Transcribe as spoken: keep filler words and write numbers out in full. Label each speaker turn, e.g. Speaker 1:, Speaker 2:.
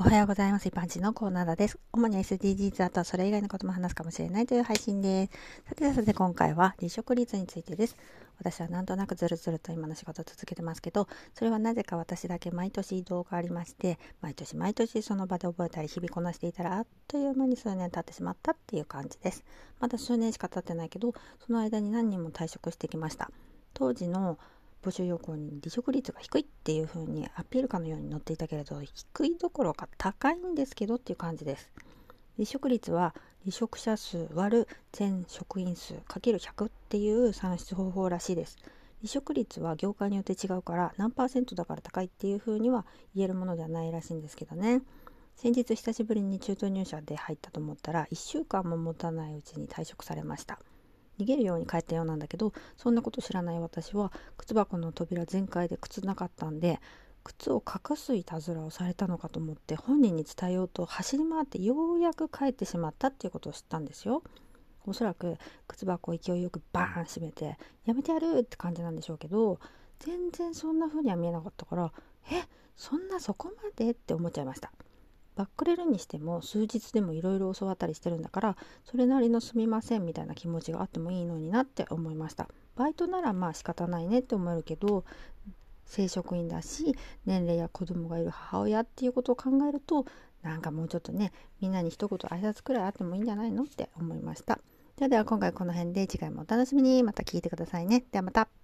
Speaker 1: おはようございます。一般人のコーナーです。主に エスディージーズ あとはそれ以外のことも話すかもしれないという配信です。さてさて今回は離職率についてです。私はなんとなくずるずると今の仕事を続けてますけど、それはなぜか私だけ毎年移動がありまして、毎年毎年その場で覚えたり日々こなしていたらあっという間に数年経ってしまったっていう感じです。まだ数年しか経ってないけど、その間に何人も退職してきました。当時の募集要項に離職率が低いっていう風にアピールかのように載っていたけれど、低いどころか高いんですけどっていう感じです。離職率は離職者数割る全職員数 かけるひゃく っていう算出方法らしいです。離職率は業界によって違うから何パーセントだから高いっていう風には言えるものではないらしいんですけどね。先日久しぶりに中途入社で入ったと思ったらいっしゅうかんも持たないうちに退職されました。逃げるように帰ったようなんだけど、そんなこと知らない私は靴箱の扉全開で靴なかったんで、靴を隠すいたずらをされたのかと思って本人に伝えようと走り回ってようやく帰ってしまったっていうことを知ったんですよ。おそらく靴箱を勢いよくバーン閉めてやめてやるって感じなんでしょうけど、全然そんな風には見えなかったから、えそんなそこまでって思っちゃいました。バックレるにしても数日でもいろいろ教わったりしてるんだから、それなりのすみませんみたいな気持ちがあってもいいのになって思いました。バイトならまあ仕方ないねって思えるけど、正職員だし年齢や子供がいる母親っていうことを考えると、なんかもうちょっとね、みんなに一言挨拶くらいあってもいいんじゃないのって思いました。ではでは今回この辺で、次回もお楽しみに。また聞いてくださいね。ではまた。